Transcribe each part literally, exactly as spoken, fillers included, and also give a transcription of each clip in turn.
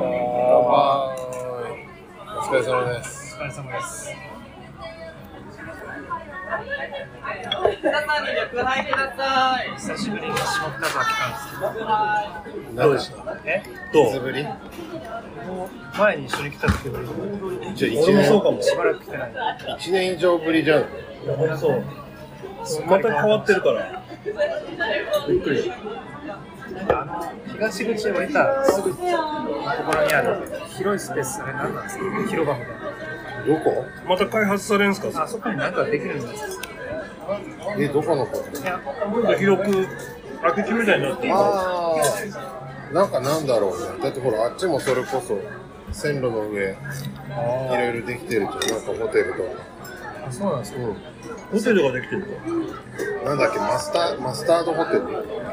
お疲れ様です。 お疲れ様です。 皆さんに緑杯ください。 久しぶりに下北沢来たんですけど、 どうでした？ え？ どう？いつぶり？ もう前に一緒に来た時よりじゃあ一年そうかも。 しばらく来てない。 一年以上ぶりじゃん。 そう。 また変わってるから。びっくり。 なんかあの東口へ降りたらすぐところにある広いスペース、あれ何なんですか？広場みたいな。 どこ？ また開発されるんですか？ あそこに何かできるんですか？ え、どこのこと？ いや、 広く空き地みたいになってる。 ああ、なんかなんだろうね。だってほらあっちもそれこそ線路の上いろいろできてるじゃん。なんかホテルとか。 あ、そうなんですか。うん、 ホテルができてるの？ なんだっけ、マスターマスタードホテル。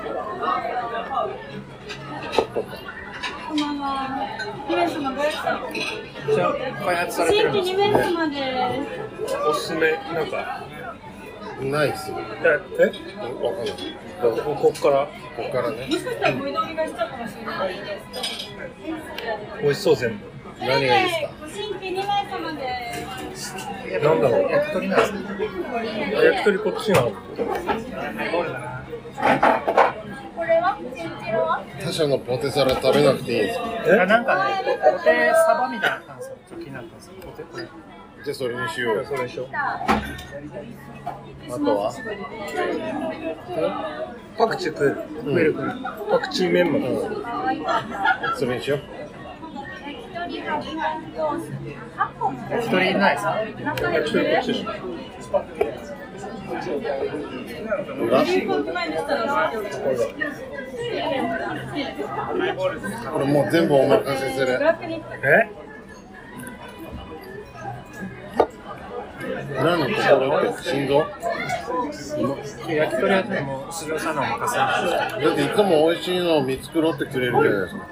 こんばんは。に名様ご予約。 じゃあ開発されてるんです新規に名様でおすすめなんかないっすよ。 え？ わかんない。 ここっからここからね。 す。もしかしたらご移動お願いしちゃうかもしれない。 美味しそう全部。 何がいいですか？ 新規に名様でなんだろう。 焼き鳥なんですか？ 焼き鳥こっちなの。 これはチンチロは他社のポテサラ食べなくていいですか？ え？ なんかね、ポテサバみたいなのあったんですよ。ちょっと気になったんですよ。ポテこれ。 じゃあそれにしようよ。 それでしょ。 あとは？ パクチー食える。 食える食える。 パクチーメンマだ。 それにしよう。 焼き鳥ないですか？ 焼き鳥こっちでしょ。 これもう全部お任せする。 え？ 何のところって心臓？ 焼き鳥はでも市場さんのお任せなんですか？ だっていつも美味しいのを見繕ってくれるじゃないですか。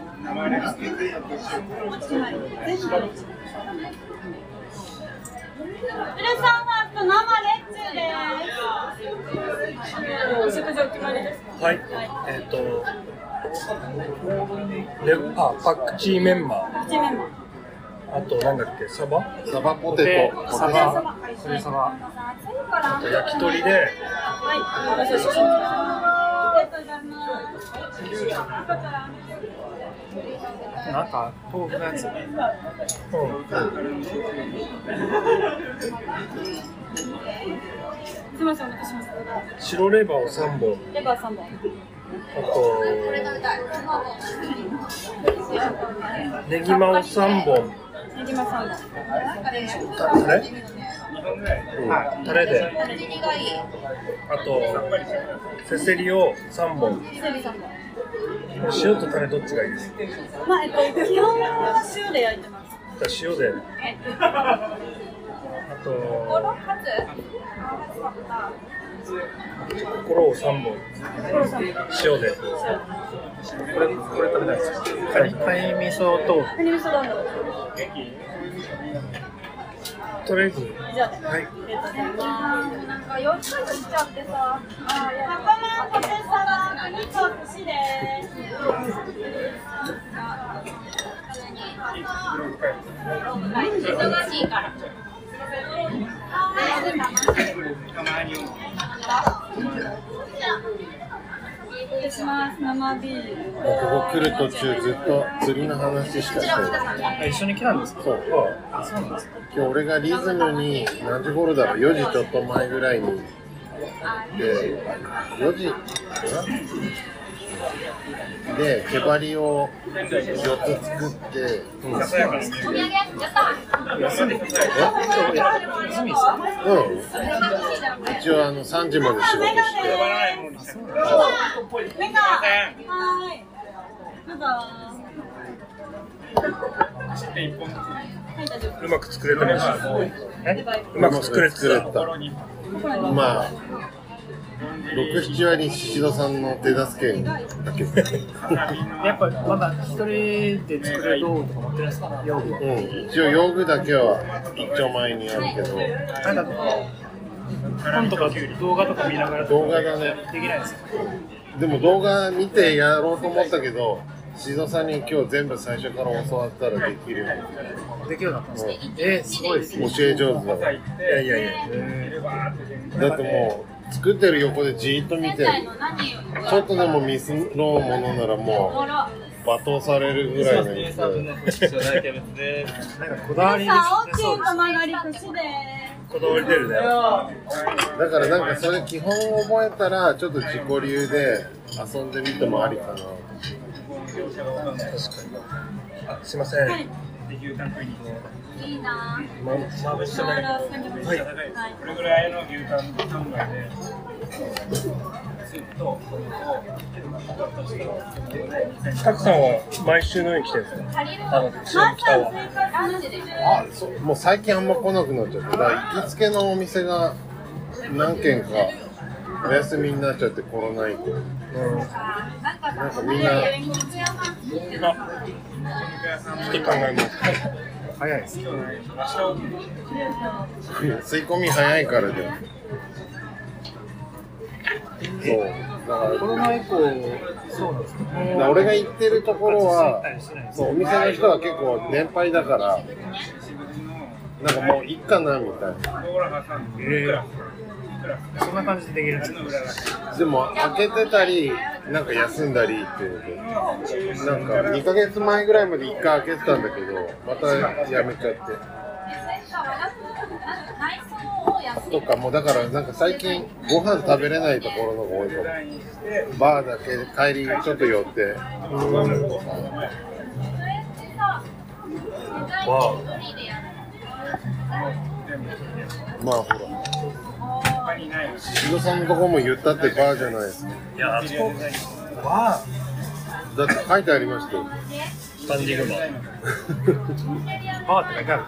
ウルサンファースト生レッツです。お食事お決まりですか？ はい。えっとレあパクチーメンマ。 プチメンマ。 あとなんだっけサバ？ サバポテト。 サバ、それサバ。 あと焼き鳥で。 はい、ご少々します。ありがとうございます。 なんか豆腐のやつ。 うん。 すみません、お待たせしました。 白レバーをさんぼん。 レバーさんぼん。 あとネギマをさんぼん。 ネギマさんぼん。 タレ？うん、タレで。あとセセリをさんぼん。 セセリさんぼん。 塩とタレどっちがいいですか？ まあ、えっと、基本は塩で焼いてます。 じゃあ塩で。あと心をさんぼん。塩で。 これこれ食べないですか？カニカニ味噌豆腐。 カニ味噌なんだ。 とりあえず。 じゃあね。 はい。 ありがとうございます。なんかよっつしちゃってさ。あ、仲間ポテサラ、カニと寿司です。忙しいから。失礼します。生ビール。 ここ来る途中ずっと釣りの話しかしてない。 一緒に来たんですか？ そう。 あ、そうなんですか。 今日俺がリズムに何時頃だろう、よじちょっと前ぐらいにでよじかなで毛針をよっつ作って、うん、 休みですか？休みですか？ うん、一応あのさんじまで仕事して。 メガはい。どうぞ。 うまく作れてました。 え？ うまく作れてた。 まあろく、なな割宍戸さんの手助けだけどやっぱまだ一人で作れる道具とか持ってるんですか？用具は。 うん、一応用具だけは一丁前にあるけど。 なんか本とか動画とか見ながら動画だね。 できないですか？ でも動画見てやろうと思ったけどしぞさんに今日全部最初から教わったらできるよね。 できるようになったんですか？えー、すごいですね。 教え上手だから。 いやいやいや。 だってもう作ってる横でじーっと見てる。ちょっとでもミスろうものならもう罵倒されるぐらいのやつ。 なんかこだわりで大きいすね。 玉狩り串でこだわり出るね。 だからなんかそれ基本を覚えたらちょっと自己流で遊んでみてもありかな。 確かに。あ、すいません。はい。 いいな。 ま、まぶしてない。はい。 これぐらいの牛タンハンバーでスープとたくさんは毎週のように来てるんですか？あの、下北は。 あ、そうもう最近あんま来なくなっちゃって、だから行きつけのお店が何軒かお休みになっちゃってコロナ以降。 うん。 なんかみんなちょっと考えます。 早いですね。 吸い込み早いからで。そう。だからコロナ以降、そうなんですか。 だから俺が行ってるところは、そうお店の人は結構年配だから、なんかもういっかなみたいな。 えー、そんな感じでできるんですか？ でも開けてたり、なんか休んだりっていうので、なんかにかげつまえぐらいまでいっかい開けてたんだけど、またやめちゃって。とかもうだからなんか最近ご飯食べれないところのが多いかも。バーだけ帰りちょっと寄って。まあほら。しぞさんのところも言ったってバーじゃないですか。 いや、あそこは、 だって書いてありましたよ。 スタンディングバー。 バーって書いてある。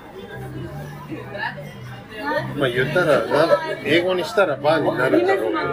まあ言ったらな、英語にしたらバーになるだろうけ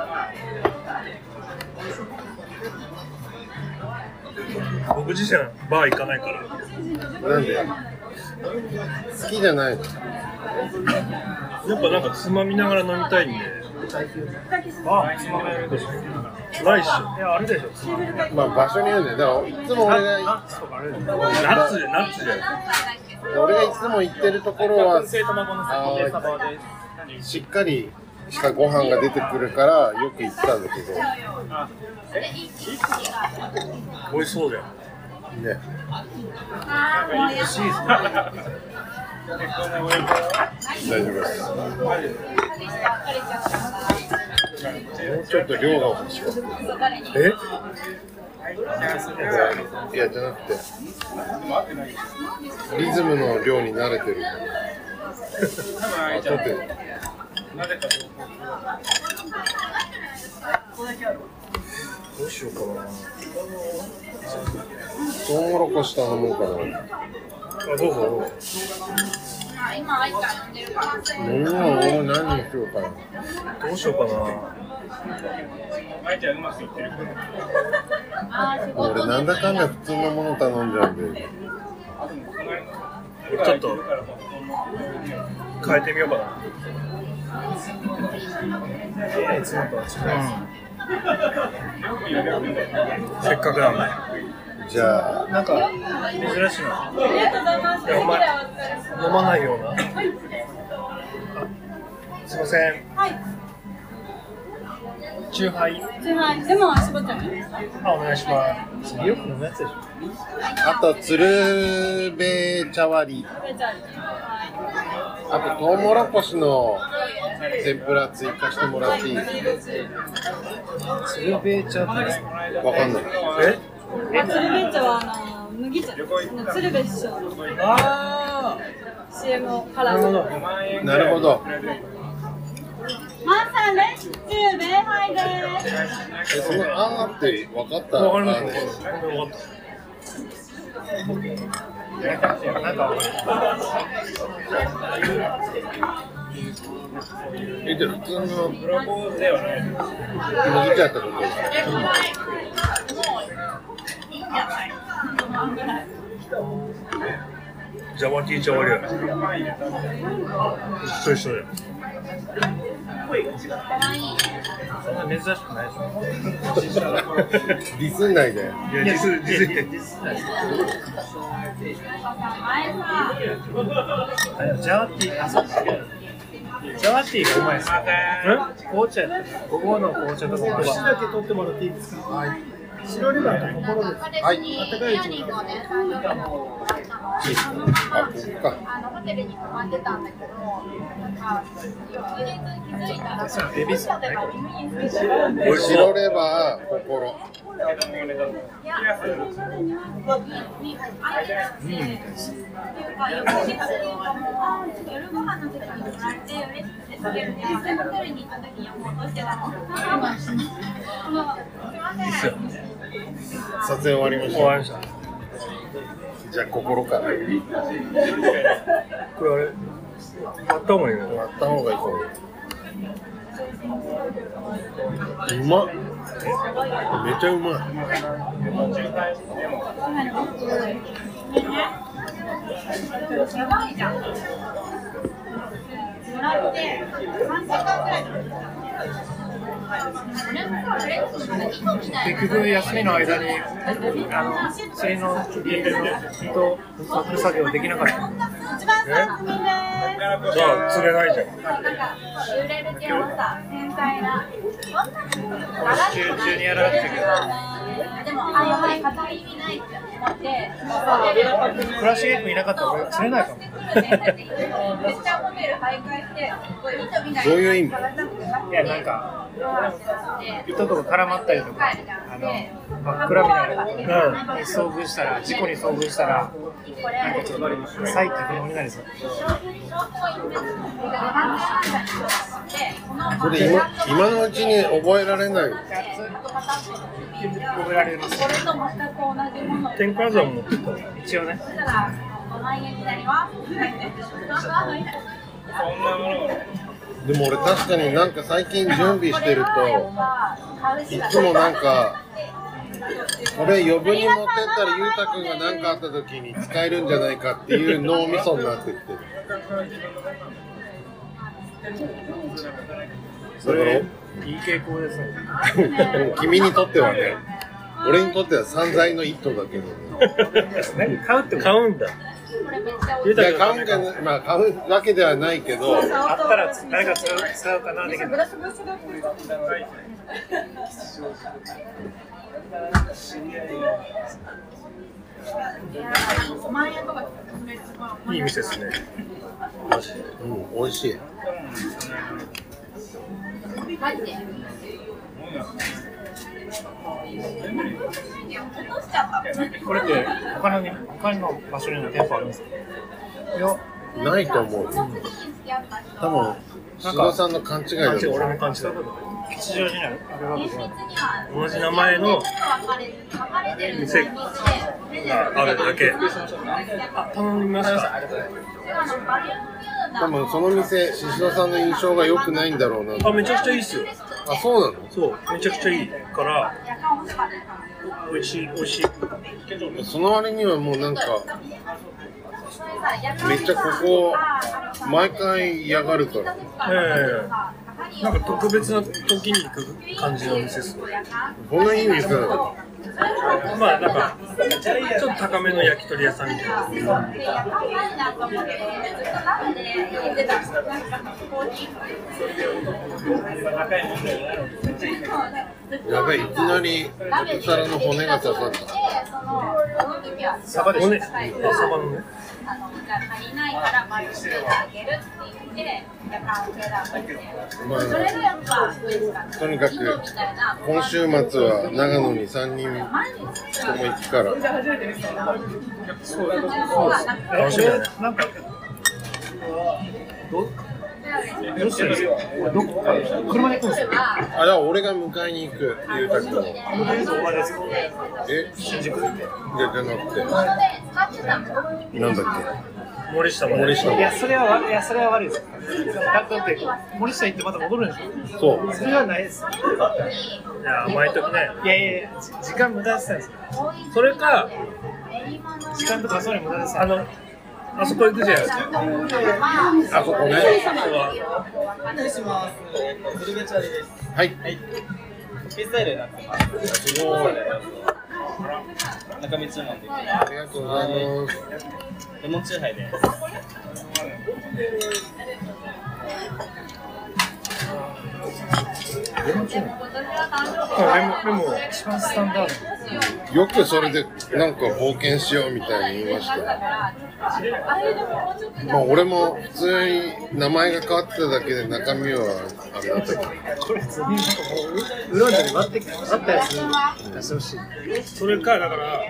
ど。僕自身はバー行かないから。 ど。なんで好きじゃないの？ やっぱなんかつまみながら飲みたいんで。 バーつまめるでしょ。 ないっしょ。 いや、あるでしょ。 まあ場所によるんだよ。だからいつも俺がナッツとかあるでしょ。 ナッツで、ナッツじゃない。 俺がいつも行ってるところは卵のしっかりしたご飯が出てくるからよく行ったんだけど美味しそうだよ。 ね。 美味しいですね。 大丈夫です。もうちょっと量が欲しかった。 え？ いやじゃなくてリズムの量に慣れてる。あ、取ってる。 どうしようかな。 トウモロコシ頼もうかな。 あ、どうぞ。 飲み物俺何にしようかな。 どうしようかな。 俺なんだかんだ普通のもの頼んじゃうんで。 ちょっと変えてみようかな。 いつもとはうん、せっかくなんで。 じゃあなんか珍しいな。 ありがとうございます。 いやお前飲まないような。あ、すいません。 はい。 チューハイ。 チューハイ。でも絞っちゃうんですか？ あ、お願いします。 よく飲むやつでしょ。 あと鶴瓶茶割り。 食べちゃう。 あとトウモロコシの天ぷら追加してもらっていい？ 鶴瓶茶ってわかんない。 え？ え、鶴瓶茶はあの麦茶。あの鶴瓶師匠のあシーエム をからなるほど。 なるほど。 マンさんです。鶴瓶杯です。 え、そのあーって分かった？ わかりまあーねす。わかった。 なんかえ、じゃあ普通のブラボーではない。 麦茶ってことですか？ ジャワティージャワリア一緒一緒でそんな珍しくないでしょ。 ディスんないで。 いやディスディスってディスないです。ジャワティー、あ、そうか。ジャワティーがうまいですよ。紅茶やった。ここの紅茶とか。 串だけ取ってもらっていいですか。はい。白レバーと心です。 はい。 温かいうちに。 あ、ここか。 あのホテルに泊まってたんだけど、なんか翌日気づいたらそれベビースターね。 白レバー、心。 いや、それにあれなんで、っていうか、翌日っていうか、もう夜ご飯の時にもらって嬉しくて食べるじゃん。ホテルに行った時にはもう落としてたの。すみません。 撮影終わりました。 終わりましたじゃあ心から。 これあれ割った方がいいね割った方がいいと思う。うまっ。めちゃうまい。 やばいじゃん。もらってさんじかんくらい。 結局休みの間にあの釣りの糸糸作業できなかった。 一番最初にね。 じゃあ釣れないじゃんなんか揺れる系のさ繊細な。 集中にやらなくちゃいけない。 でもあやばい語り意味ないって思って。 倉重君いなかったら俺釣れないかも。 めっちゃホテル徘徊して、糸みたいな。 どういう意味？ いやなんか糸とか絡まったりとか、あの真っ暗みたいなのに遭遇したら事故に遭遇したらなんかちょっと再起不能になりそう。 それ今今のうちに覚えられない。 覚えられます。 これと全く同じもの。 天かすは持ってた一応ね。 そしたらごまんえんになります。 でも俺確かになんか最近準備してるといつもなんかこれ余分に持ってったらゆうたくんが何かあった時に使えるんじゃないかっていう脳みそになってってる。 それいい傾向ですね。 でも君にとってはね、俺にとっては散財の一途だけどね。 買うって買うんだいや買うんじゃない、まあ買うわけではないけど、 あったら誰か使う使うかなだけど。 いい店ですねうん、美味しい。 マジで。 これって他のに他の場所にも店舗あるんですか？いや、 ないと思う。多分須田さんの勘違いだと思う。 俺の感じだ吉祥寺にあるあるわけじゃない。 同じ名前の店があるだけあ、頼みました多分その店、宍戸さんの印象が良くないんだろうな。 あ、めちゃくちゃいいっすよあ、そうなの？ そう、めちゃくちゃいいから美味しい、美味しいその割にはもうなんかめっちゃここ毎回嫌がるから。 ええなんか特別な時に行く感じのお店ですね。 こんないい店なの？ まあなんかちょっと高めの焼き鳥屋さんみたいな。 やばい、いきなりポテサラの骨が刺さった。 サバでしょ。 骨、あ、サバのね。 あの、じゃあ足りないから丸めてあげるって言って、やっぱ完成だって言って。 まあそれがやっぱ嬉しかった。 とにかく今週末は長野にさんにんとも行くから。 楽しみだね。 なんかどどうしてるんですか？どこか車で行くんですか？ あ、じゃあ俺が迎えに行く、ゆうたくんを。 この映像はですか？ え、 新宿。 じゃなくて、なんだっ森下もけ、森下いやそれは悪い、いやそれは悪いです。だって森下行ってまた戻るんでしょ？ そう。 それはないです。 いや、巻いときね。 いやいやいや、時間無駄ですね。 それか、 時間とかそういうの無駄です。 あの、 あそこ行くじゃないですか。 あそこね。はい。 ピスタイルになってます。 すごい。 中身注文で。 ありがとうございます。 レモンチューハイです。 レモンチューハイ。レモン、レモン一番スタンダード。 よくそれでなんか冒険しようみたいに言いました。まあ俺も普通に名前が変わってただけで中身はあれだったけど。 これ普通になんかもう裏で割って割ったやつ出してほしい。 それかだから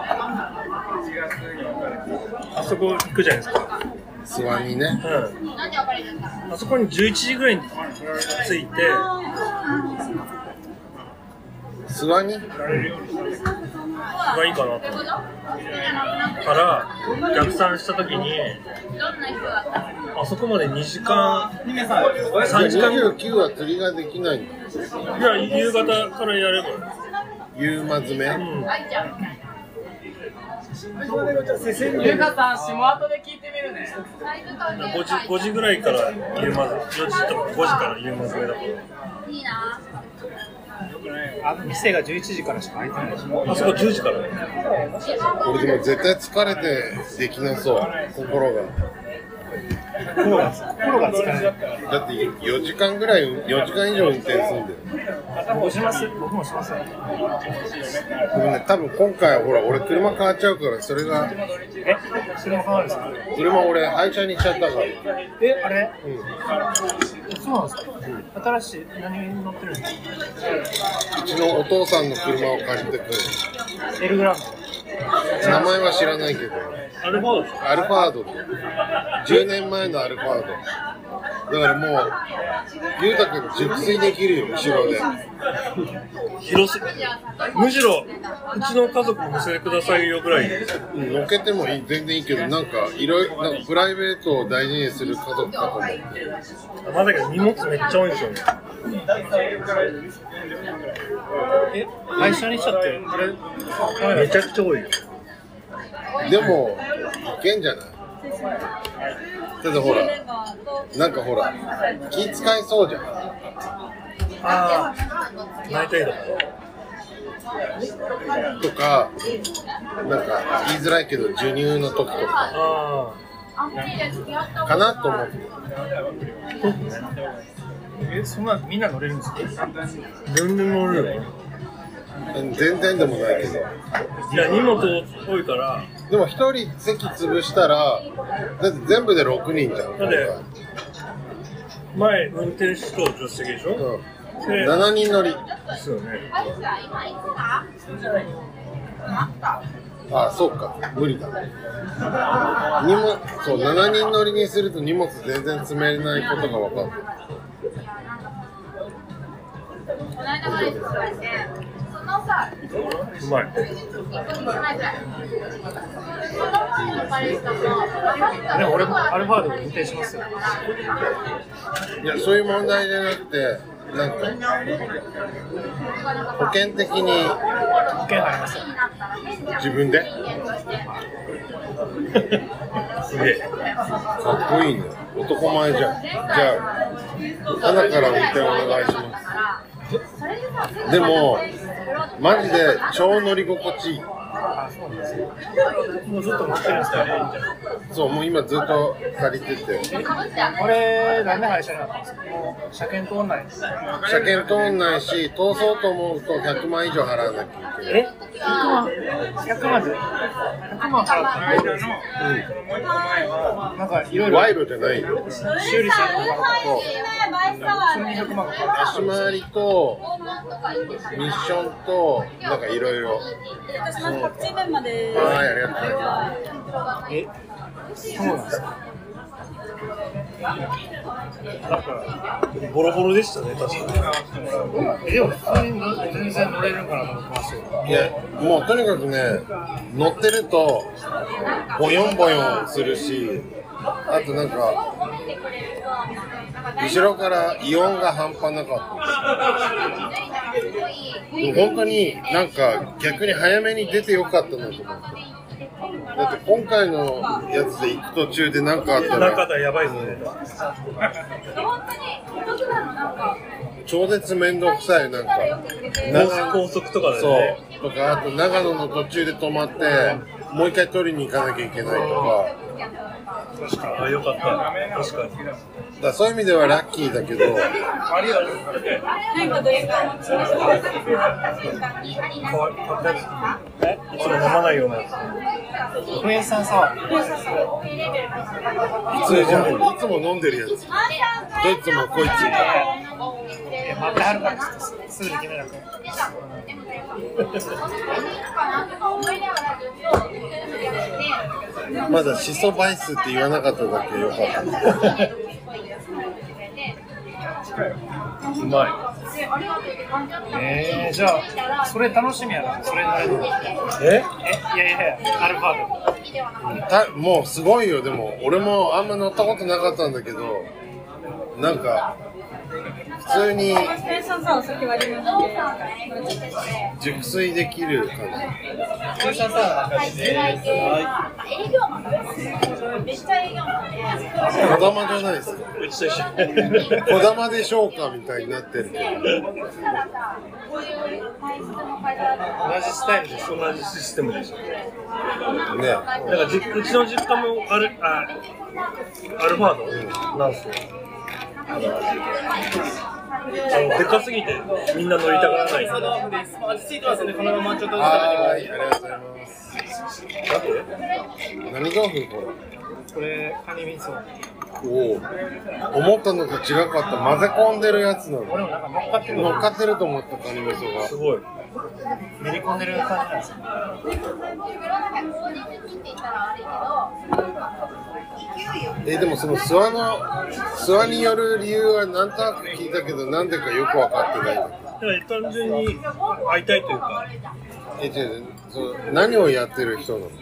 あそこ行くじゃないですか。 諏訪にね。 うん。あそこにじゅういちじぐらいに着いて。 諏訪にがいいかなと思うから逆算したときにあそこまでにじかんさんじかんにじゅうきゅうは釣りができないんだ。 いや夕方からやれば夕間詰め、 うんゆうかさん、下後で聞いてみるね。 ごじ、ごじぐらいから夕間よじとかごじから夕間詰めだからあの店がじゅういちじからしか開いてないでしょ。 あそこじゅうじから俺でも絶対疲れてできなそう、心が。 心が心が疲れる。 だってよじかんぐらい、よじかん以上運転すんでる。 僕します。僕もします。 でもね、多分今回はほら、俺車変わっちゃうから、それが、 え、それも変わるんですか。 車俺廃車にしちゃったから。 え、あれ。 うん。 そうなんですか。新しい何に乗ってるんですか。 うちのお父さんの車を借りてくる。 エルグランド。 名前は知らないけど。 アルファードでしょ。 アルファード。じゅうねんまえのアルファード。だからもう、ゆうたくん熟睡できるよ、後ろで。 広すむしろうちの家族に乗せてくださいよぐらい。 うん、乗っけてもいい、全然いいけど、なんか、いろいろ、なんかプライベートを大事にする家族かと思って。 まだけど荷物めっちゃ多いんですよね。 え、廃車にしちゃってあれ。 めちゃくちゃ多いよ。 でも、いけんじゃない？ただほら、なんかほら、気使いそうじゃん。 ああ、泣いたいだ。 とか、なんか言いづらいけど、授乳の時とか、 あかなと思って。 え、そんなみんな乗れるんですか。 全然乗るよ。 全然でもないけど。 いや、荷物多いから。 でも一人席潰したら、だって全部でろくにんじゃん。 だって前運転手と助手席でしょ。 うん。 でしちにん乗り。 ですよね。 ああ、そうか。無理だ。荷物、そう、しちにん乗りにすると荷物全然詰めれないことが分かる。 うまい。 でも俺もアルファードで運転しますよ。 いや、そういう問題じゃなくて、なんか、保険的に保険入りますよ。 自分ですげえ。かっこいいね。男前じゃん。じゃあ、花から運転お願いします。でも、マジで超乗り心地いい。 あ、そうなんですよ。もうずっと乗ってるんですかね。 そう、もう今ずっと借りてて。 これ、なんで廃車になったんですか。もう車検通んないです。 車検通んないし、通そうと思うとひゃくまん以上払わなきゃいけない。 え、ひゃくまん、ひゃくまんで、ひゃくまん払ったら、うん、なんかいろいろ賄賂じゃないよ。 修理するのがそう。 普通にひゃくまんかかる。 足回りとミッションとなんかいろいろ。 私まずこっち分まで。 はい、ありがとうございます。 え、そうなんですか。 だからボロボロでしたね、確かに。 え、でも普通に全然乗れるんかなと思ってますよ。 いや、もうとにかくね、乗ってるとボヨンボヨンするし、あとなんか後ろから異音が半端なかったです。でも本当になんか逆に早めに出てよかったなと思って。 だって今回のやつで行く途中で何かあった中らでやばいぞね。 超絶面倒くさい、なんか高速とかでそね。 うとか、あと長野の途中で止まってもう一回取りに行かなきゃいけないとか、 確かに。あ、よかった。確かに。 だからそういう意味ではラッキーだけど、 えいつも飲まないようなやクエン酸さ、 普通じゃん、いつも飲んでるやつ、どいつもこいついや待ってはるからすぐに決めなくて。 まだシソバイスって言わなかっただけよかった。 うまい。 えー、じゃあそれ楽しみやな。それなりの。 ええ、いやいやいや、アルファード。 たもうすごいよ。でも俺もあんま乗ったことなかったんだけど、なんか普通に熟睡できる感じ。こだまじゃないですか。 うちと一緒。 こだまでしょうかみたいになってるけど。 同じスタイルです。同じシステムでしょ。 ね。 なんかじうちの実家もあるあアルファードなんですよ。あのでかすぎてみんな乗りたがらない。 落ち着いてますね。このままちょっとずつ食べてくだはさい。 い、ありがとうございます。だって何豆腐これ？ これカニ味噌。 おお、思ったのと違かった。混ぜ込んでるやつなの。 俺もなんか乗っかってる乗っかってると思った、カニ味噌が。 すごい。 めり込んでる感じなんですよ。 え、でもその諏訪の諏訪による理由はなんとなく聞いたけど、なんでかよく分かってないんだけど。 だから単純に会いたいというか。 え、じゃあそう何をやってる人なの？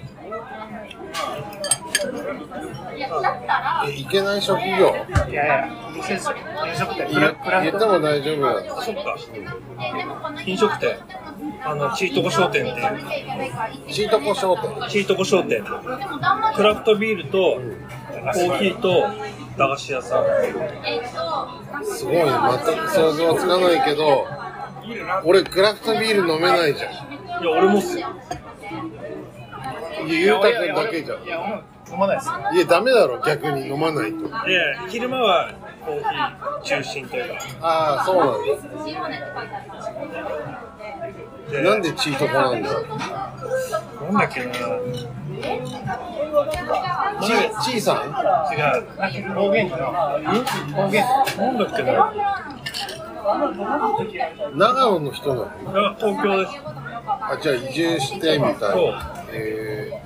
え、いけない職業？ いやいや、店ですよ。飲食店。クラクラフト。 言っても大丈夫だ。 そっか。飲食店。あのチートコ商店っていう。 チートコ商店。 チートコ商店。クラフトビールとコーヒーと駄菓子屋さん。 すごいね。全く想像つかないけど、俺クラフトビール飲めないじゃん。 いや俺もっすよ。 ゆうたくんだけじゃん。 いや、飲まないですよ。 いや、ダメだろ、逆に飲まないと。 いや昼間はコーヒー中心というか。 ああ、そうなんだ。なんでチートコなんだろう。 なんだっけな。 ち、ちいさん？ 違う。 方言の。方言。 なんだっけな。 長野の人なの？ あ東京です。 あ、じゃあ移住してみたいそうな。え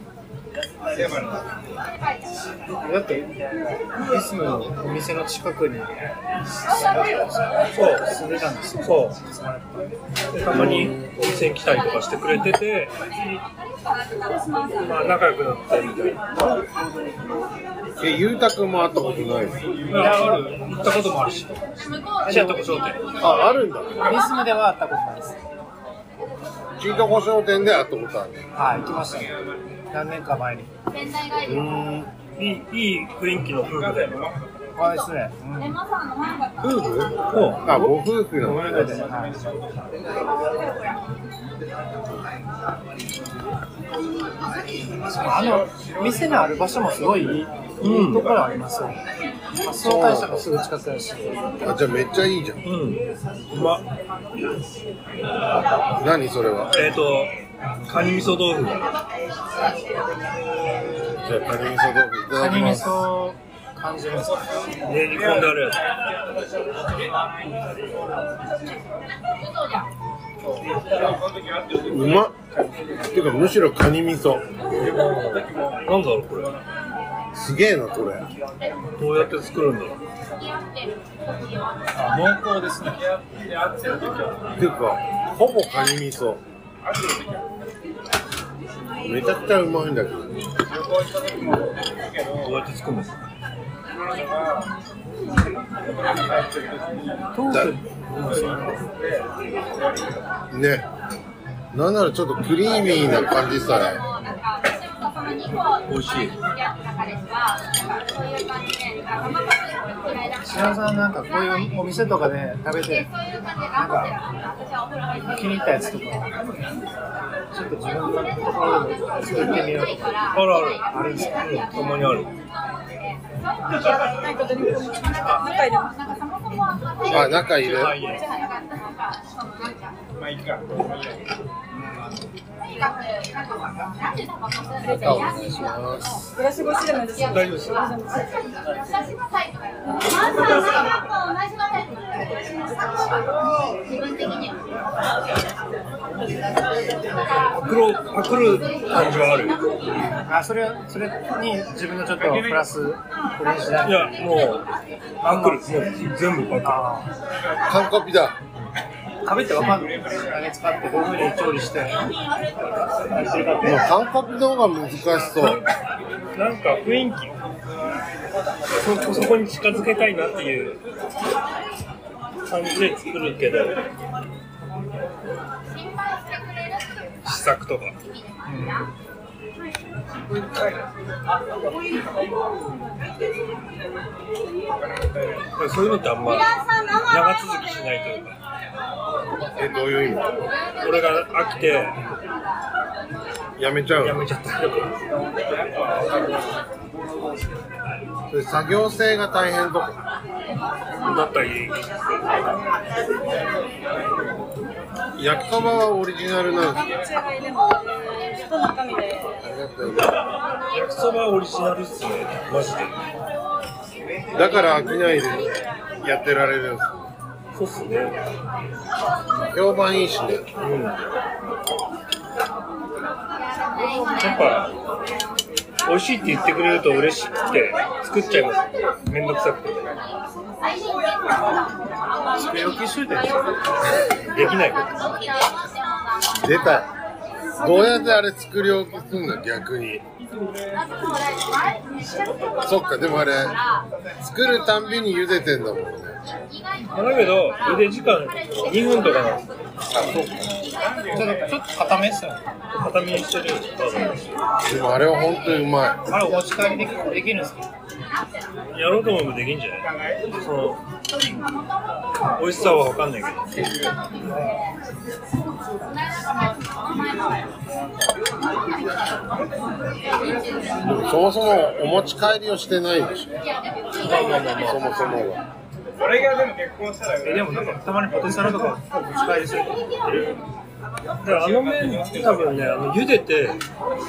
だっていつもお店の近くにそう住んでたんですよ。 そう。たまにお店に来たりとかしてくれてて、まあ仲良くなってみたいな。 ー、え、ゆうたくんも会ったことないの？ いやある。行ったこともあるし。チートコ商店。 あ、あるんだ。 リスムでは会ったことないです。 チートコ商店で会ったことあるね。 はい、行きましたね。何年か前に。 うーん。 いいいい雰囲気の夫婦だよ。 はいですね。うん。 夫婦？ そう。 あ、ご夫婦なの？ あの店のある場所もすごいいい、いいところありますよ。発想会社もすぐ近くだし。 あ、じゃあめっちゃいいじゃん。 うん。うま。 何それは？ えっ、ー、とカニ味噌豆腐。 じゃあカニ味噌豆腐いただカニ味きます。 噌感じるんですか？ 練り込んであるやうまっ。ていうかむしろカニ味噌。 つ。なんだろうこれ。 すげえなこれ。 どうやって作るんだろう。 あ、濃厚ですね。 っていうかほぼカニ味噌。めちゃくちゃうまいんだけど。 どうやって作るんですか。ね。なんならちょっとクリーミーな感じさえ美味しい。 白さんなんかこういうお店とかで食べてなんか気に入ったやつとかちょっと自分のところで作ってみようとかあるある。 あるんですか？ うん、たまにある。 あ、中入れる。 まあいいか。 中お願いします。 グラス越しでもいいですよ。 大丈夫ですよ。パクロパクる感じはある。 あ、それそれに自分のちょっとプラスプレしないいや、もうパクる。もう全部パ完コピだ。 食べてわかんない。揚げ使ってどういうふうに調理してやってるかってもう完コピの方が難しそう。 クる。なんか雰囲気そ、そこに近づけたいなっていう感じで作るけど、試作とか。うん、そういうのってあんま長続きしないというか。 え、どういう意味？ 俺が飽きてやめちゃうの？ やめちゃったりとか。 それ作業性が大変とかだったり。 焼きそばはオリジナルなんですか？ 違いでも人の中身で。 ありがとうございま焼きそばオリジナルっすね、マジで。 す。だから飽きないでやってられるんです。 そうっすね。 評判いいしね。 うん。やっぱ美味しいって言ってくれると嬉しくて作っちゃいます。めんどくさくて。 作り置きしといてるでしょ。 できない。 出た。どうやってあれ作り置きすんの逆に。そっか、でもあれ作るたんびに茹でてんだもんね。 だけど茹で時間にふんとかなんですよ。 あ、そっか。 ちょっとちょっと固めっすよね。 固めにしてる。 でもあれは本当にうまい。 あれお持ち帰りできできるんですか？ やろうと思えばできんじゃない？その美味しさは分かんないけど。 でもそもそもお持ち帰りをしてないでしょ。 まあまあまあまあ。 そもそもが。 それがでも結婚したらえでもなんかたまにポテサラとかお持ち帰りする。 であの麺多分ね、あの茹でてこ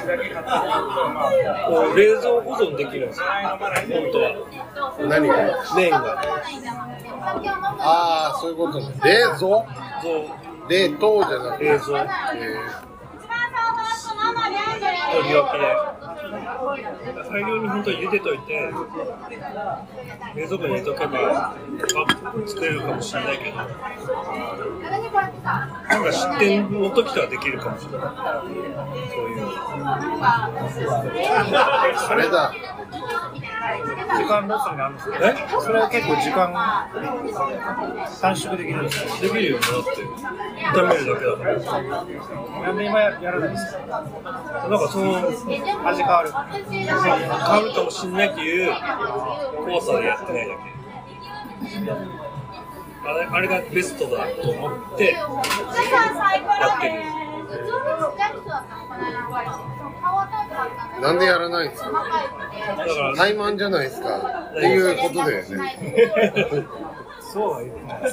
う冷蔵保存できるんですよ。本当は。 何が？ 麺が。 ああ、そういうことね。冷蔵？ そう冷凍じゃなくて。 冷蔵。 え取り置きで。大量に本当に茹でといて冷蔵庫に入れとけばあ作れるかもしれないけど、なんか出店の時とはできるかもしれない。そういうー、あれだ。 時間ロスになるんですか？ えそれは結構時間短縮できるんですか？ できるよね。だって炒めるだけだから。 なんで今やらないんですか？ なんかその味変わる。 変わるかもしれないっていう怖さでやってないだけ。あれ、あれがベストだと思ってやってる。 なんでやらないんですか？ だから怠慢じゃないですか。っていうことだよね。 そうは言ってないです。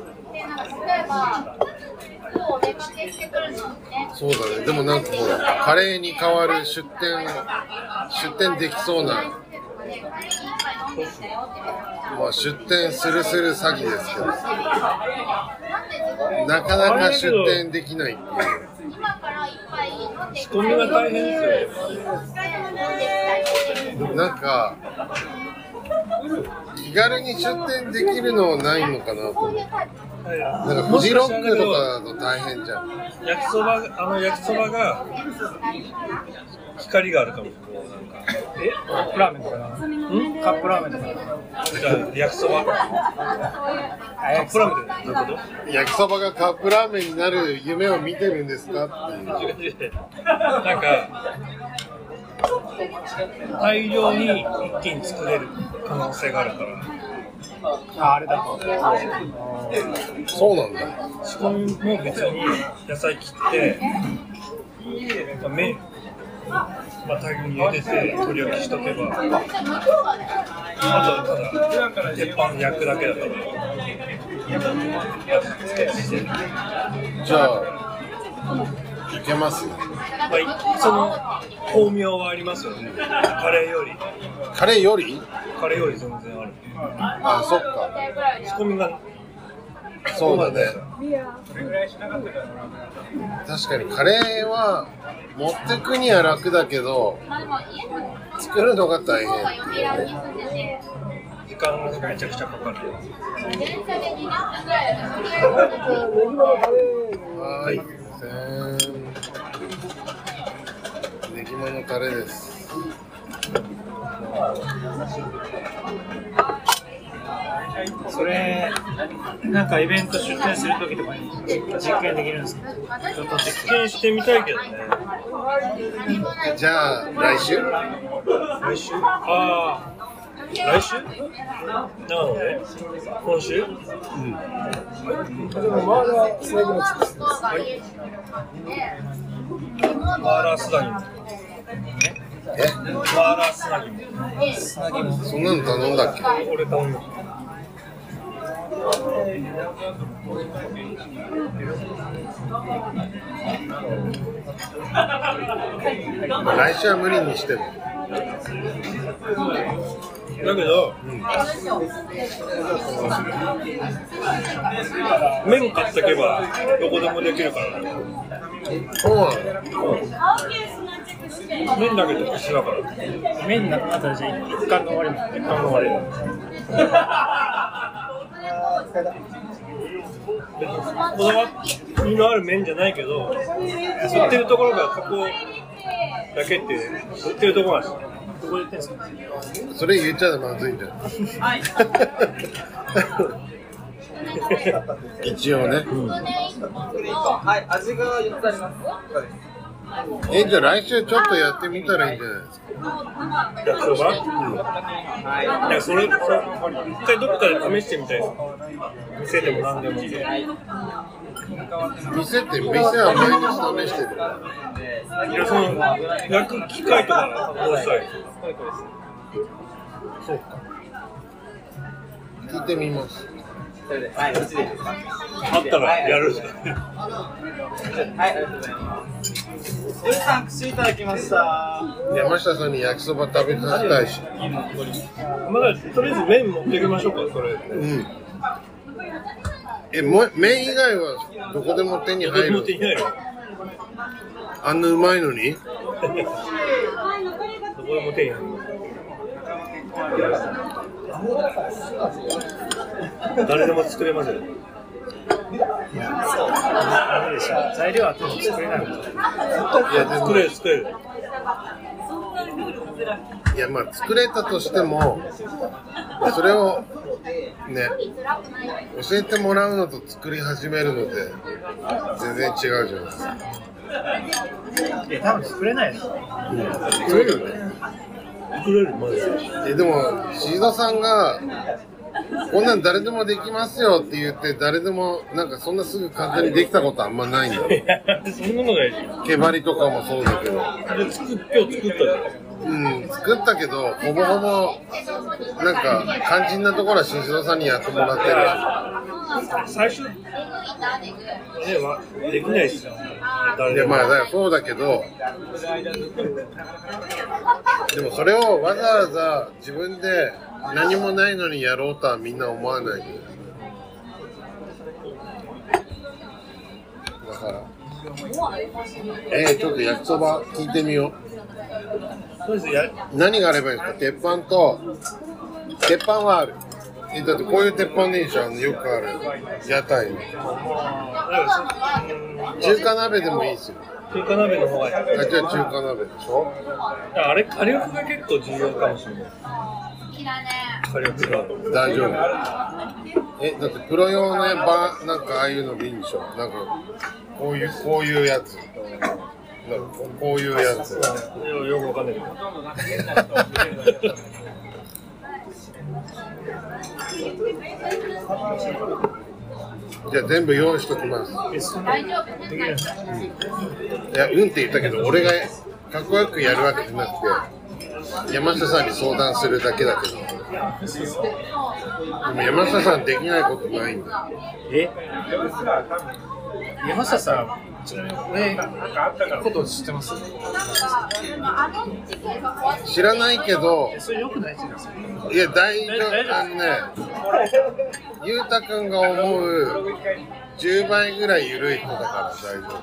そうだね。でもなんかほら、カレーに代わる出店、出店できそうな。まあ出店するする詐欺ですけど、なかなか出店できないっていう。 仕込みが大変ですよね。 なんか気軽に出店できるのないのかなと思って。なんかフジロックとかだと大変じゃん。 焼きそば、あの焼きそばが光があるかもしれない。 えカップラーメンとかなの？カップラーメンとかなの？ じゃあ焼きそばカップラーメンってどういうこ焼きそばがカップラーメンになる夢を見てるんですかっていう。 と？なんか大量に一気に作れる可能性があるから。 あ、あれだと。 そうなんだ。 仕込みも別に野菜切って、まあ、麺、まあ、大量に茹でて取り置きしとけば、あとはただ鉄板で焼くだけだから。 じゃあいけますね。 まあ、その巧妙はありますよね。カレーより。 カレーより？ カレーより全然ある。 あ、そっか。 仕込みがそうだね。確かにカレーは持ってくには楽だけど作るのが大変っていうね。 時間がめちゃくちゃかかる。 はい、すいません。ネギマのタレです。 それ、なんかイベント出店するときとかに実験できるんですか？ちょっと実験してみたいけどね。 じゃあ来週？ 来週？ああ。来週？なので今週？うん。 でもマーラーつなぎもつくです。 はい。マーラーつなぎも。 え？ マーラーつなぎも。 つなぎも。 そんなの頼んだっけ？ 俺頼んだ。 来週は無理にしても。 だけど、うん、麺買ってけばどこでもできるからね。 そうなんだ。 麺だけ特殊だから。 麺なかったらじゃあ一貫の終わりも一貫の終わり。 こだわりのある麺じゃないけど、売ってるところがここだけって売ってるところなんですよ。 どこで売ってんですか？ それ言っちゃまずいんじゃない？一応ね。うん、 はい、味がよっつあります。 え、じゃあ来週ちょっとやってみたらいいんじゃないですか？ 焼きそば？うん。いや、それ、それ、一回どっかで試してみたいです。店でも何でも。 店って、店は毎日試してる。 いや、その、焼く機械とかどうしたいですか？そうか。 聞いてみます。 はい、うちでいいですか？ あったらやる。 はい、ありがとうございます。よしさん、串いただきました。 山下さんに焼きそば食べさせたいし。 まだとりあえず麺持ってきましょうか、それ。 うん。え、も麺以外はどこでも手に入る？ どこでも手に入る。 あんなうまいのに？ どこでも手に入る。誰でも作れますよ。 いや、そう。ダメでしょ。材料あっても作れないもん。いや、でも作れる作れる。 いや、まあ作れたとしても、それをね、教えてもらうのと作り始めるので全然違うじゃないですか。 いや、多分作れないです。 うん、作れるよね。 作れるマジで。 え、でもシードさんがこんなん誰でもできますよって言って誰でもなんかそんなすぐ簡単にできたことあんまないんだよ。 そんなのがいい。 毛張りとかもそうだけど。 で作っ今日作ったじゃん。 うん、作ったけどほぼほぼなんか肝心なところはシードさんにやってもらってる。 最初ねはできないですよ。 いやまあだそうだけど、でもそれをわざわざ自分で何もないのにやろうとはみんな思わない。だからえー、ちょっと焼きそば聞いてみよう。 そうですや何があればいいですか？鉄板と鉄板はある。えだってこういう鉄板でいいでしょ？あのよくある屋台の中華鍋でもいいですよ。 中華鍋の方がいい。 あ、じゃあ中華鍋でしょ？ あれ火力が結構重要かもしれない。火力が大丈夫。え、だってプロ用のバなんかああいうのでいいんでしょ？なんかこういうこういうやつ。 だろう、こういうやつ。 よよくわかんないけど。 じゃあ全部用意しときます。 大丈夫。できる。 いや、うんって言ったけど、俺がかっこよくやるわけじゃなくて、山下さんに相談するだけだけど。でも山下さんできないことないんだ。 え？山下さん、ちなみに俺のこと知ってます？ 知らないけど、 それ良くないじゃないですか。 いや、大丈夫。あのね、ゆうたくんが思うじゅうばいぐらい緩い人だから大丈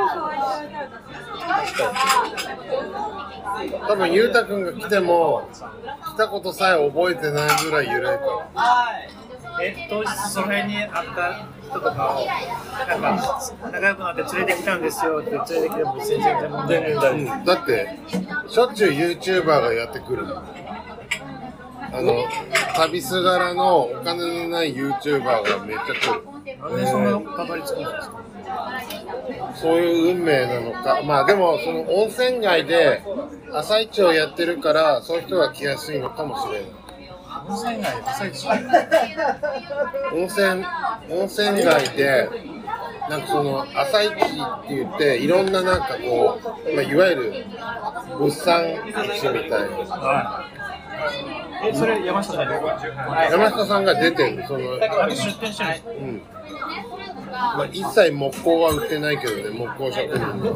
夫。多分ゆうたくんが来ても来たことさえ覚えてないぐらい緩いから。 え、当日その辺にあった人とかをなんか仲良くなって連れてきたんですよって連れてきても全然全然問題ない。 うん、だってしょっちゅう YouTuber がやってくるの。あの旅すがらのお金のない YouTuber がめっちゃ来る。 なんでそんなたどり着くんですか？ そういう運命なのか。まあでもその温泉街で朝市をやってるからそういう人が来やすいのかもしれない。 温泉街朝市？ 温泉温泉街でなんかその朝市って言っていろんななんかこう、まあ、いわゆる物産市みたいな。 え、それ山下さんですか？ 山下さんが出てる。そのあれ出店してるんですか？ うん。まあ、一切木工は売ってないけどね、木工職人の。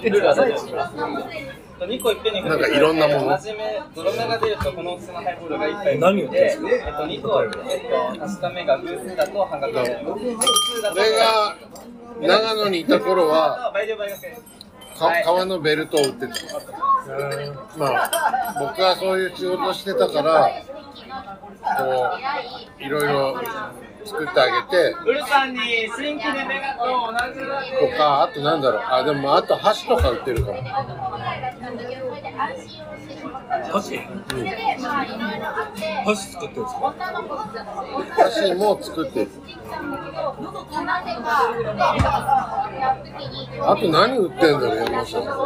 にこいっぺんになんかいろんなもの。 初め、ゾロ目が出るとこの大きさのハイボールがいっぱい何を言ってるんですか？ えっと、にこ、えっと、確かめが偶数だと半額で。偶数だと。 俺が長野にいた頃は、 倍量倍額。 か革のベルトを売ってた。まあ、僕はそういう仕事してたから、こう、いろいろ作ってあげて、 ウルさんに新規でメガと同じだけ。 とか、あとなんだろう、あ、でもあと箸とか売ってるかも。 箸？うん。箸作ってるんですか？ 箸も作ってる。あと何売ってんだろう、山下さん。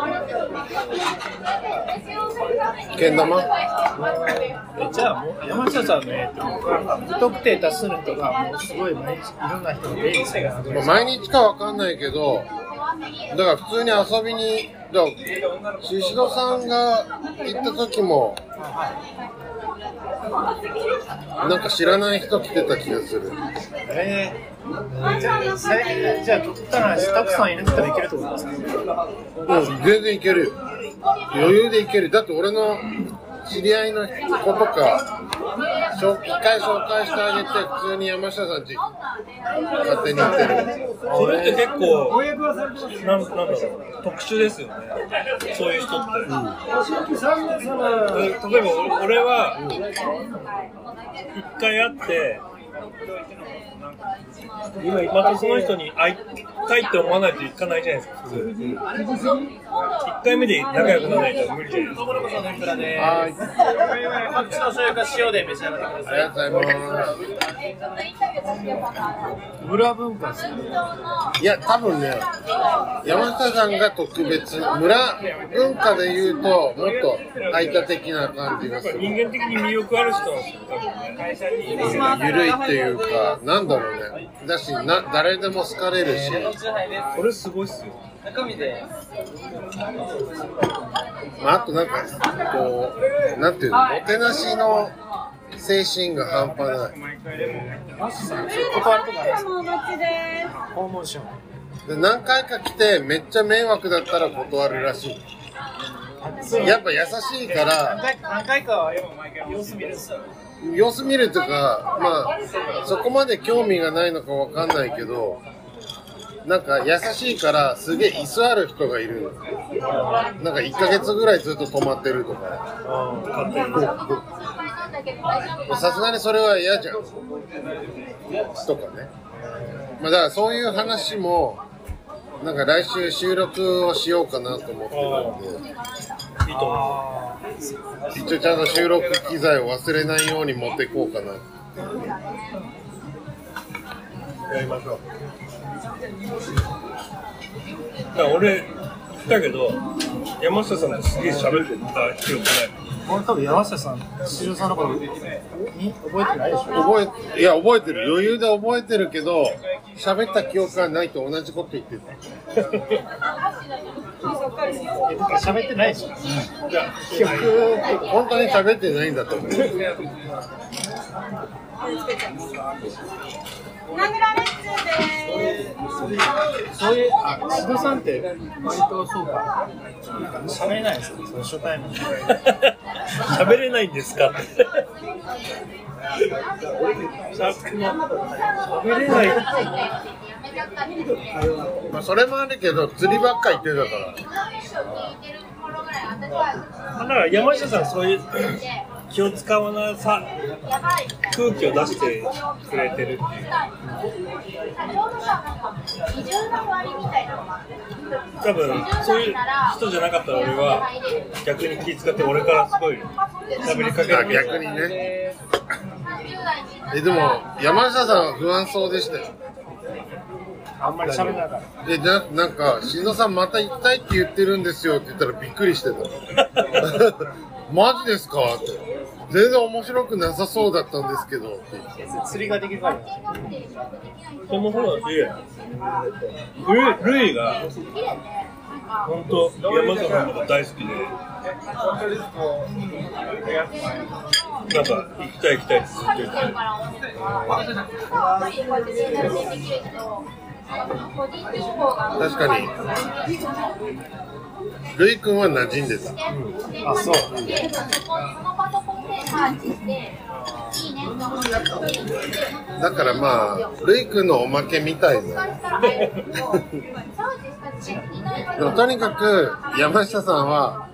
けん玉？ え、じゃあもう山下さんの絵って不特定多数の人がもうすごい毎日いろんな人が出入りしてるんですよ。 毎日かわかんないけど、だから普通に遊びに、だから宍戸さんが行った時も、なんか知らない人来てた気がする。 えー、最近じゃあ取ったらスタッフさんいなくてもいけるってことですか？ うん、全然いけるよ。余裕でいける。だって俺の知り合いの子とか、一回紹介してあげて、普通に山下さんち勝手に行ってる。 それって結構なん、なんだろう、特殊ですよね、そういう人って。うん、例えば俺は一回会って、またその人に会いたいって思わないといかないじゃないですか、普通。いっかいめで仲良くならないと無理じゃないですか。 はい。 こっちの醤油か塩で召し上がってください。 ありがとうございます。 村文化ですね。 いや、多分ね、山下さんが特別、村文化で言うと、もっと排他的な感じがする。 人間的に魅力ある人なんですよ、多分ね。 ゆるいっていうか、なんだろうね。だし、な誰でも好かれるし。 これすごいっすよ。 中身で。 まあ、あとなんか、こう、なんていうの、もてなしの精神が半端ない。 断るとかありますか？訪問しよう。 で何回か来て、めっちゃ迷惑だったら断るらしい。やっぱ優しいから、 何回かは様子見るんですよ。 様子見るとか、まあ、そこまで興味がないのかわかんないけど、なんか優しいからすげえ居座る人がいるの。なんかいっかげつぐらいずっと泊まってるとか。さすがにそれは嫌じゃん。とかね。まあだからそういう話も、なんか来週収録をしようかなと思ってるんで。 いいと思一応ちゃんと収録機材を忘れないように持っていこうかな。 やりましょう。だから俺たけど、山下さんとすげえ喋ってた記憶ない。 俺多分山下さん、しおさんのことに覚えてないでしょ。 覚え、いや、覚えてる。余裕で覚えてるけど、喋った記憶がないと同じこと言ってた。 え、だから喋ってないでしょ。 記憶、本当に喋ってないんだと思う。 そういう、あ、しどさんって割とそうか、喋れないですよ、その初対面で。 喋れないんですかって。喋れない。 まあ、それもあるけど、釣りばっか言ってたから。 だから山下さんそういう気を使わなさ空気を出してくれてるっていう。多分そういう人じゃなかったら俺は逆に気使って俺からすごい喋りかけるけど。 逆にね。え、でも山下さんは不安そうでしたよ。 あんまり喋らなかった。 え、な、なんか、しのさんまた行きたいって言ってるんですよって言ったらびっくりしてた。マジですかって。全然面白くなさそうだったんですけどって言って。 釣りができるから。 そもそもだし、ルイ、ルイが本当山下さんのこと大好きで、なんか行きたい行きたいってずっと言ってる。 確かにルイ君は馴染んでた、うん、 あ、そう、 だからまあルイ君のおまけみたいなでもとにかく山下さんは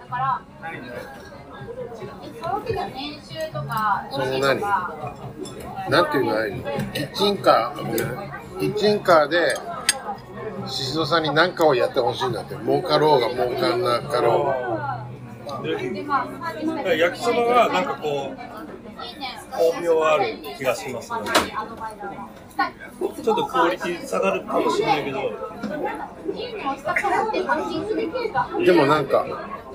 その何なんていうのあれキッチンカーキッチンカーでししどさんに何かをやってほしいんだって。儲かろうが儲かんなかろうが。焼きそばはなんかこう巧妙ある気がしますね。ちょっとクオリティ下がるかもしれないけど、 でもなんか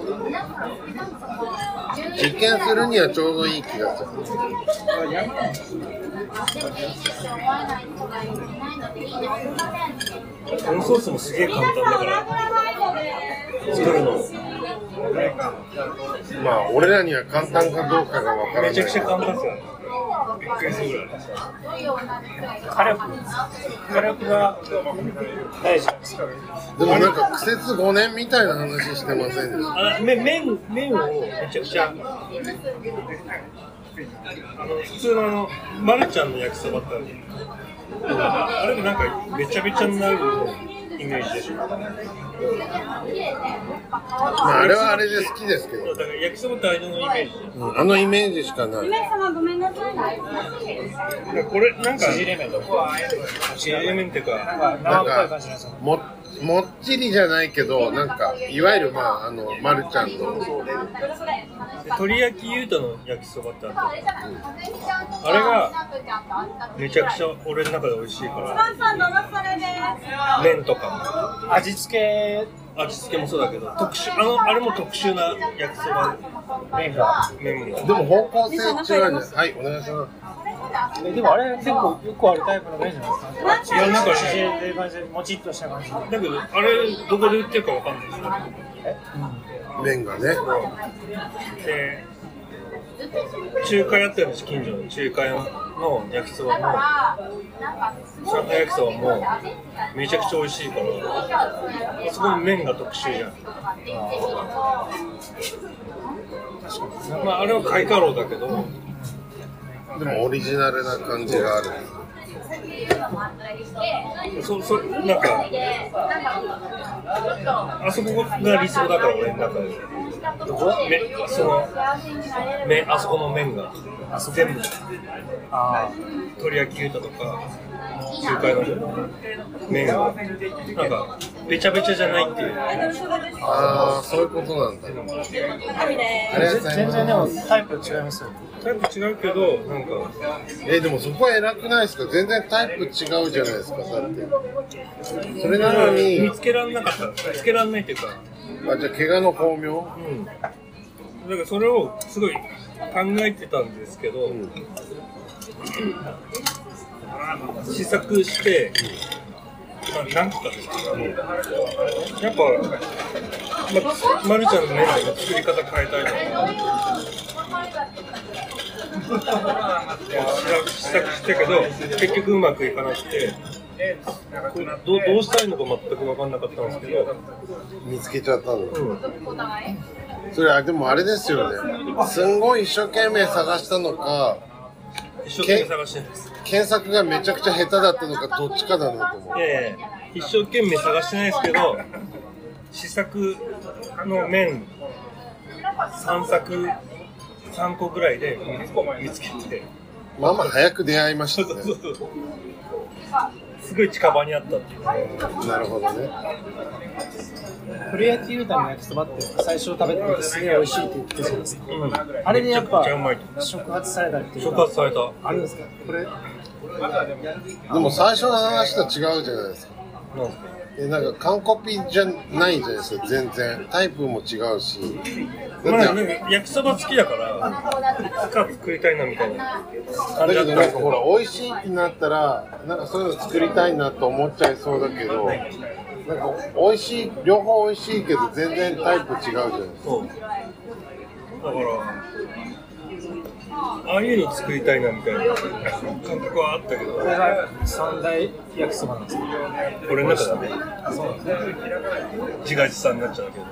実験するにはちょうどいい気がする。 このソースもすげえ簡単だから作るの。 まあ俺らには簡単かどうかがわからない。 めちゃくちゃ簡単ですよ。びっくりするぐらい。 火力、火力が大事なんですか。 でもなんか苦節ごねんみたいな話してませんでした。 あ、麺、麺、麺をめちゃくちゃあの普通のあのマルちゃんの焼きそばってある。あれもなんかめちゃめちゃになるイメージでしょ。まああれはあれで好きですけど。 だから焼きそばってあれのイメージ、 うん、あのイメージしかない。 ごめんなさい。 これなんか縮れ麺とか縮れ麺っていうか生っぽい感じなんですよ。 ももっちりじゃないけどなんかいわゆるまああのマルちゃんの鳥焼きゆうたの焼きそばってあった、うん、あれがめちゃくちゃ俺の中で美味しいから麺とか味付け味付けもそうだけど特殊あのあれも特殊な焼きそば麺が麺がでも方向性違うんじゃない。はいお願いします。 えでもあれ結構よくあるタイプの麺じゃないですか。 いやなんか縮れてる感じでもちっとした感じだけどあれどこで売ってるかわかんないですよ。 え、 うん、麺がねで中華やってるんです近所の中華屋の焼きそばも上海焼きそばもめちゃくちゃ美味しいからあそこの麺が特殊じゃん。まああれは貝化楼だけどでもオリジナルな感じがある。 そそなんかあそこが理想だから俺の中でどこめそのめあそこの麺があそ全部あ鳥焼きゆうたとか中華の麺がなんかべちゃべちゃじゃないっていう。 ああそういうことなんだ。 全然でもタイプ違いますよ。 タイプ違うけどなんかえでもそこは偉くないですか。全然タイプ違うじゃないですか。だってそれなのに見つけられなかった見つけられないっていうかあ、じゃあ怪我の巧妙？ うん。だからそれをすごい考えてたんですけど、うん、試作して、まあ、なんとかですけど、うん、やっぱ、ま、まるちゃんの麺の作り方変えたいな試作したけど結局うまくいかなくて、ど, どうしたらいいのか全く分かんなかったんですけど、 見つけちゃったの、うん、それはでもあれですよね、すんごい一生懸命探したのか、 一生懸命探してるんです。 検索がめちゃくちゃ下手だったのかどっちかだなと思う。 いやいや一生懸命探してないですけど、試作の麺さんさくさんこぐらいで見つけて、 まあまあ早く出会いましたね。 すごい近場にあったっていう。 なるほどね。 プロ野球歌の焼きそばって最初食べてみてすげえ美味しいって言ってたじゃないですか、うん、あれでやっぱ触発されたっていうか、 触発されたあるんですかこれ。 でも最初の話と違うじゃないですか。 なんえなんか完コピじゃないじゃないですか。全然タイプも違うし、 まあ、なんか焼きそば好きだからいつか作りたいなみたいな感じだった。だけどなんかほら美味しいってなったらなんかそういうの作りたいなと思っちゃいそうだけど、なんか美味しい、両方美味しいけど全然タイプ違うじゃないですか。 そうだからああいうの作りたいなみたいな感覚はあったけど、 これが三大焼きそばなんですか。 俺の中だね。そうなんですね。自画自賛になっちゃうけど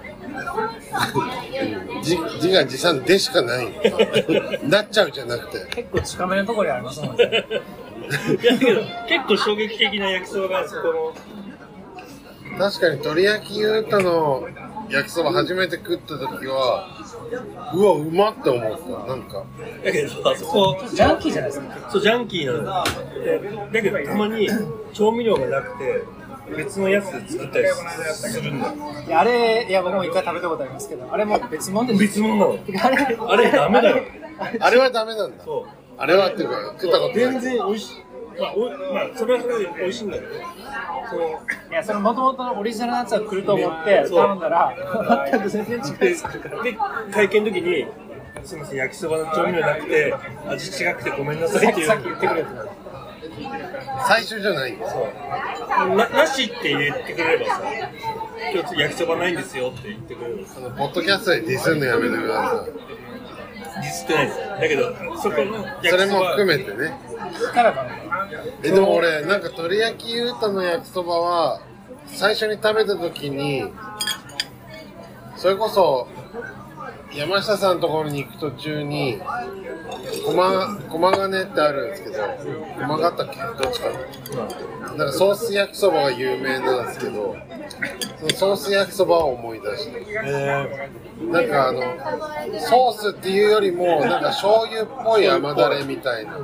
自, 自画自賛でしかないなっちゃうじゃなくて結構近めのところにありますもんね。 いやだけど結構衝撃的な焼きそばがあそこの。 確かに鳥焼きゆうたの焼きそば初めて食った時はうわうまって思った。なんかだけどあそこジャンキーじゃないですか。 そうジャンキーなのだけどたまに調味料がなくて別のやつで作ったりするんだよ。 いやあれいや僕も一回食べたことありますけど、あれも別物です。 別物なの。 あれあれダメだよ。 あれはダメなんだ。 そうあれはっていうか食ったことない。 全然美味しい。まあ、おまあ、それはそれで美味しいんだけど、そのいや、その元々のオリジナルのやつが来ると思って頼んだら、全く全然違うです。 で、会見の時に、すみません、焼きそばの調味料なくて、味違くてごめんなさいっていう。 さっき言ってくれた。 最初じゃないんですよ。 な, なしって言ってくれればさ、今日焼きそばないんですよって言ってくれればさ、 ポッドキャストでディスるのやめてください。 ディスってないです。だけど、そこの焼きそばそれも含めてね。えでも俺なんか鳥焼きゆうたの焼きそばは最初に食べた時にそれこそ山下さんのところに行く途中に駒ヶ根ってあるんですけど、駒ヶ岳どっちかな、なんかソース焼きそばが有名なんですけど、そのソース焼きそばを思い出して、えー、なんかあのソースっていうよりもなんか醤油っぽい甘だれみたいな。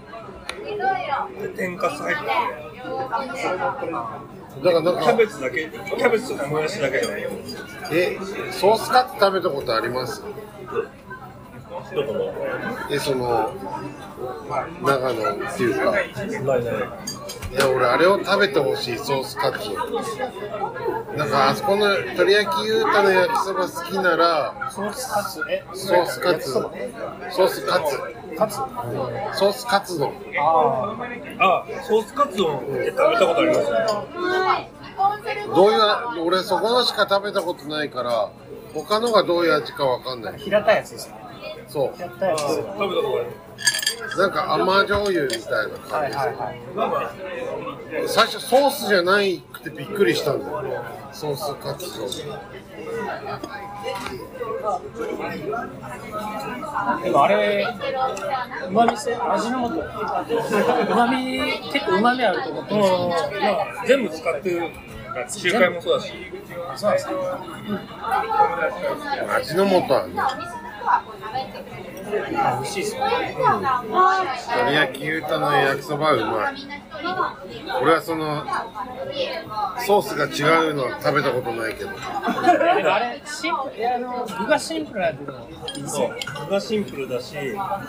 天かす入ってて、 だからなんかキャベツだけ、キャベツともやしだけじゃないよ。 え、ソースカツ食べたことあります？ どこの？ え、その長野っていうか。 ないない。 いや俺あれを食べてほしい、ソースカツ。なんかあそこの鳥焼きゆうたの焼きそば好きならソースカツ、え、 ソースカツ、ソースカツ、 カツ、 ソースカツ丼。 ああ、ソースカツ丼って食べたことありますね。 どういう俺そこのしか食べたことないから他のがどういう味かわかんない。 平たいやつですか？ そう。 平たいやつ。食べたことある。 なんか甘醤油みたいな感じ、はいはいはい、最初ソースじゃないくてびっくりしたんだよ、ソースカツ丼。 でもあれうまみせ味の素うまみ結構うまみあると思ってます、うん、まあ、 全部使ってる中華もそうだし。 そうなんですか、 うん、味の素はね美味しいですよね。 鳥焼きゆうたの焼きそばはうまい。 俺はそのソースが違うのは食べたことないけど。 あれシンプル、いやあの具がシンプルなんでもいいですよ。 具がシンプルだし、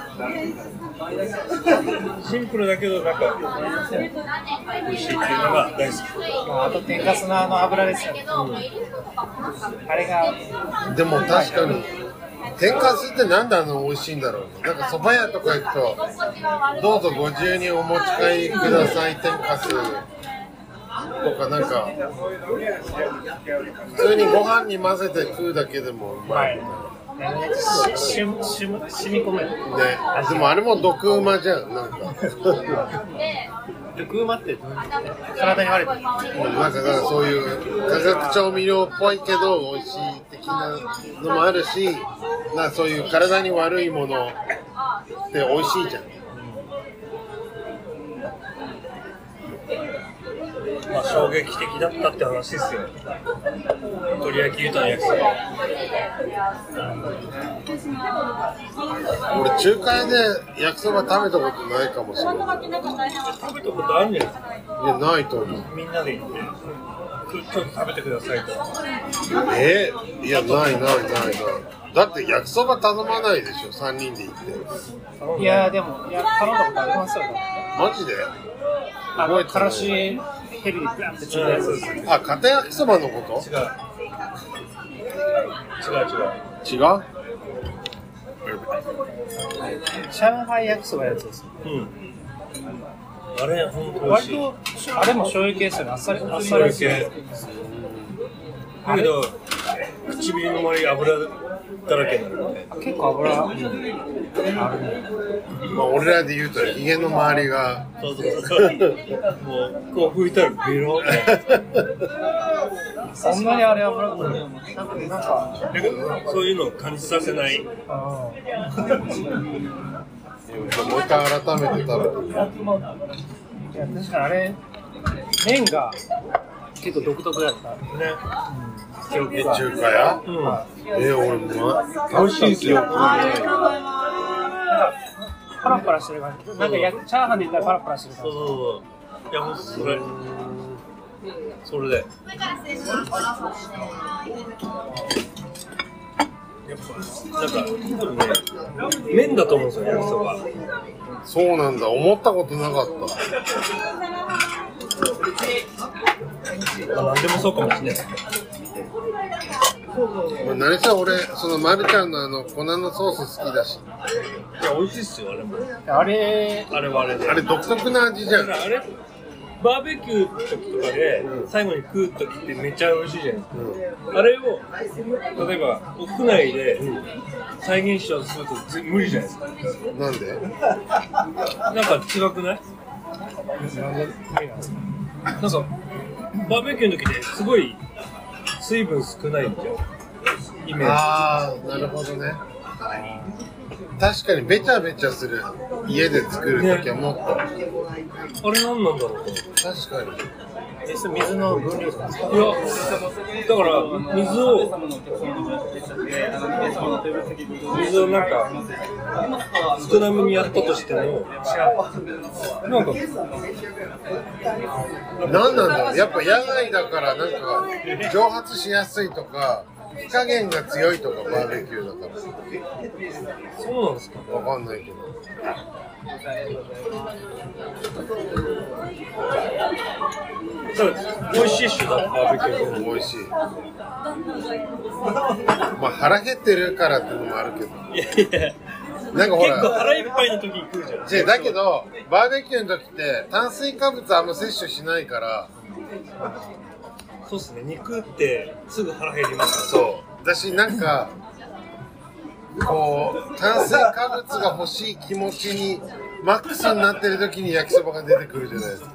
シンプルだけどなんか美味しいっていうのが大好き。 まあ、あと天かすのあの油ですよね。うん、あれがでも確かに天かすってなんであの美味しいんだろう。なんか蕎麦屋とか行くとどうぞご自由にお持ち帰りください天かすとか、なんか普通にご飯に混ぜて食うだけでもうまいみたいな。 ししし染み込むね。 でもあれも毒うまじゃん、なんか毒うまって体に悪い。 なんかなんかそういう化学調味料っぽいけど美味しい的なのもあるし、なんかそういう体に悪いものって美味しいじゃん。 まあ衝撃的だったって話ですよ。鳥焼き牛タン焼きそば。 俺中華屋で焼きそば食べたことないかもしれない。 食べたことあるんじゃないですか。 いや、ないと思う。 みんなで行ってちょっと食べてくださいと。 えー、いや、ないないないない。だって焼きそば頼まないでしょ、さんにんで行って。 いやでも、いや頼んだことありますよ。 マジで？ あのからしヘビにブランってついたやつ。 あ、片焼きそばのこと？ 違う違う違う違う？ 上海焼きそばやつです。 うん。あれ本当美味しい。 割とあれも醤油系ですよね。あっさりあっさりですよね。 だけど唇の周り油だらけになるので。 結構油。うん、 まあ俺らで言うとヒゲの周りが。 そうそうそう。もうこう拭いたらベロって。 そんなにあれ油っぽいの？なんかだけどそういうのを感じさせない。 もあう一回改めて食べてみる。 いや確かにあれ麺が結構独特だったね。 うん、え中華屋？うん。えー、俺も美味しいですよ。なんかパラパラしてる感じ。なんかやチャーハンで言ったらパラパラしてる感じ。 そうそうそう。いやもうそれそれで。やっぱなんか多分ね麺だと思うんですよ焼きそば。 そうなんだ、思ったことなかった。 まあ、何でもそうかもしれない。 まあ、何せ俺そのマルちゃんのあの粉のソース好きだし。 いや美味しいっすよあれも。 あれあれはあれで。 あれ独特な味じゃん。 あれバーベキューの時とかで最後に食う時ってめっちゃ美味しいじゃないですか。うん、あれを例えば屋内で再現しようとすると無理じゃないですか。 なんで？ なんか違くない？なんかバーベキューの時ですごい水分少ないんじゃんイメージ。 ああ、なるほどね。確かにべちゃべちゃする家で作るときはもっと、ね、 あれ何なんだろうと。 確かにえそれ水の分量とかですか？ いやだから水を水をなんか少なめにやったとしてもなんか何なんだろう。やっぱ野外だからなんか蒸発しやすいとか火加減が強いとかバーベキューだから。 そうなんですかね。 わかんないけど。 美味しいっしょだバーベキュー。 美味しい。まあ腹減ってるからっていうのもあるけど。 いやいや。 なんかほら結構腹いっぱいの時に食うじゃん。 じゃだけどバーベキューの時って炭水化物あんま摂取しないから。 そうっすね。肉ってすぐ腹減ります。 そうだしなんかこう炭水化物が欲しい気持ちにマックスになってる時に焼きそばが出てくるじゃないですか。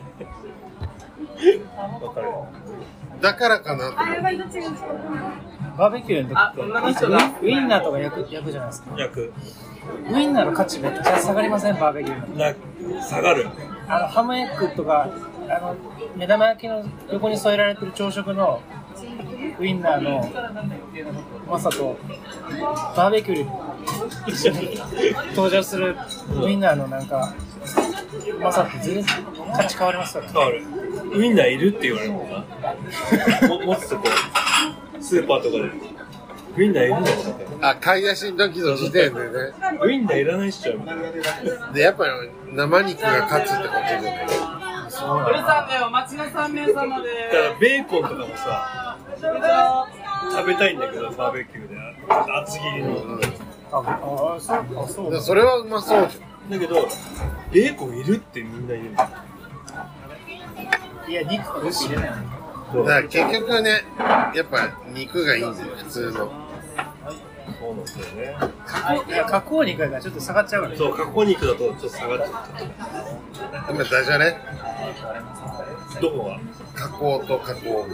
わかる。 だからかなと思う。 バーベキューの時ってウインナーとか焼く焼くじゃないですか。 焼く。 ウインナーの価値めっちゃ下がりません？バーベキューの。 な下がる。 あのハムエッグとかあの目玉焼きの横に添えられてる朝食のウインナーのうまさとバーベキューで一緒に登場するウインナーのなんかうまさって全然価値変わりますよね。 変わる。ウインナーいるって言われるもんな。も持つとこう、スーパーとかで。ウインナーいるのあ、買い出しの時の時点でね。 ウインナーいらないっしょみたいな。 で、やっぱり生肉が勝つってことじゃない。 そうなんだ。さん名お待ちのさん名様でだからベーコンとかもさ、食べたいんだけど、バーベキューで。厚切りの。うん、 ああ、そう、あ、そう。 それはうまそうじゃん。 だけど、ベーコンいるってみんな言うんだよ。 いや、肉は入れない。 だから結局ね、やっぱ肉がいいんだよ、普通の。 そうなんですよね。 加工、いや、加工肉だからちょっと下がっちゃうからね。 そう、加工肉だとちょっと下がっちゃう。 今ダジャレ？ どこが？ 加工と加工。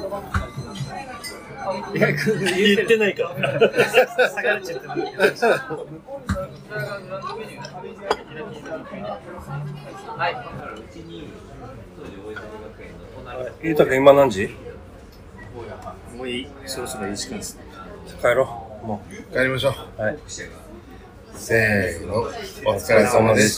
いや、 言ってないから。 下がっちゃってる。 ゆうたくん今何時？ もういい。そろそろいい時間です。 帰ろう。も帰りましょう。 う。はい。 せーの。お疲れ様でした。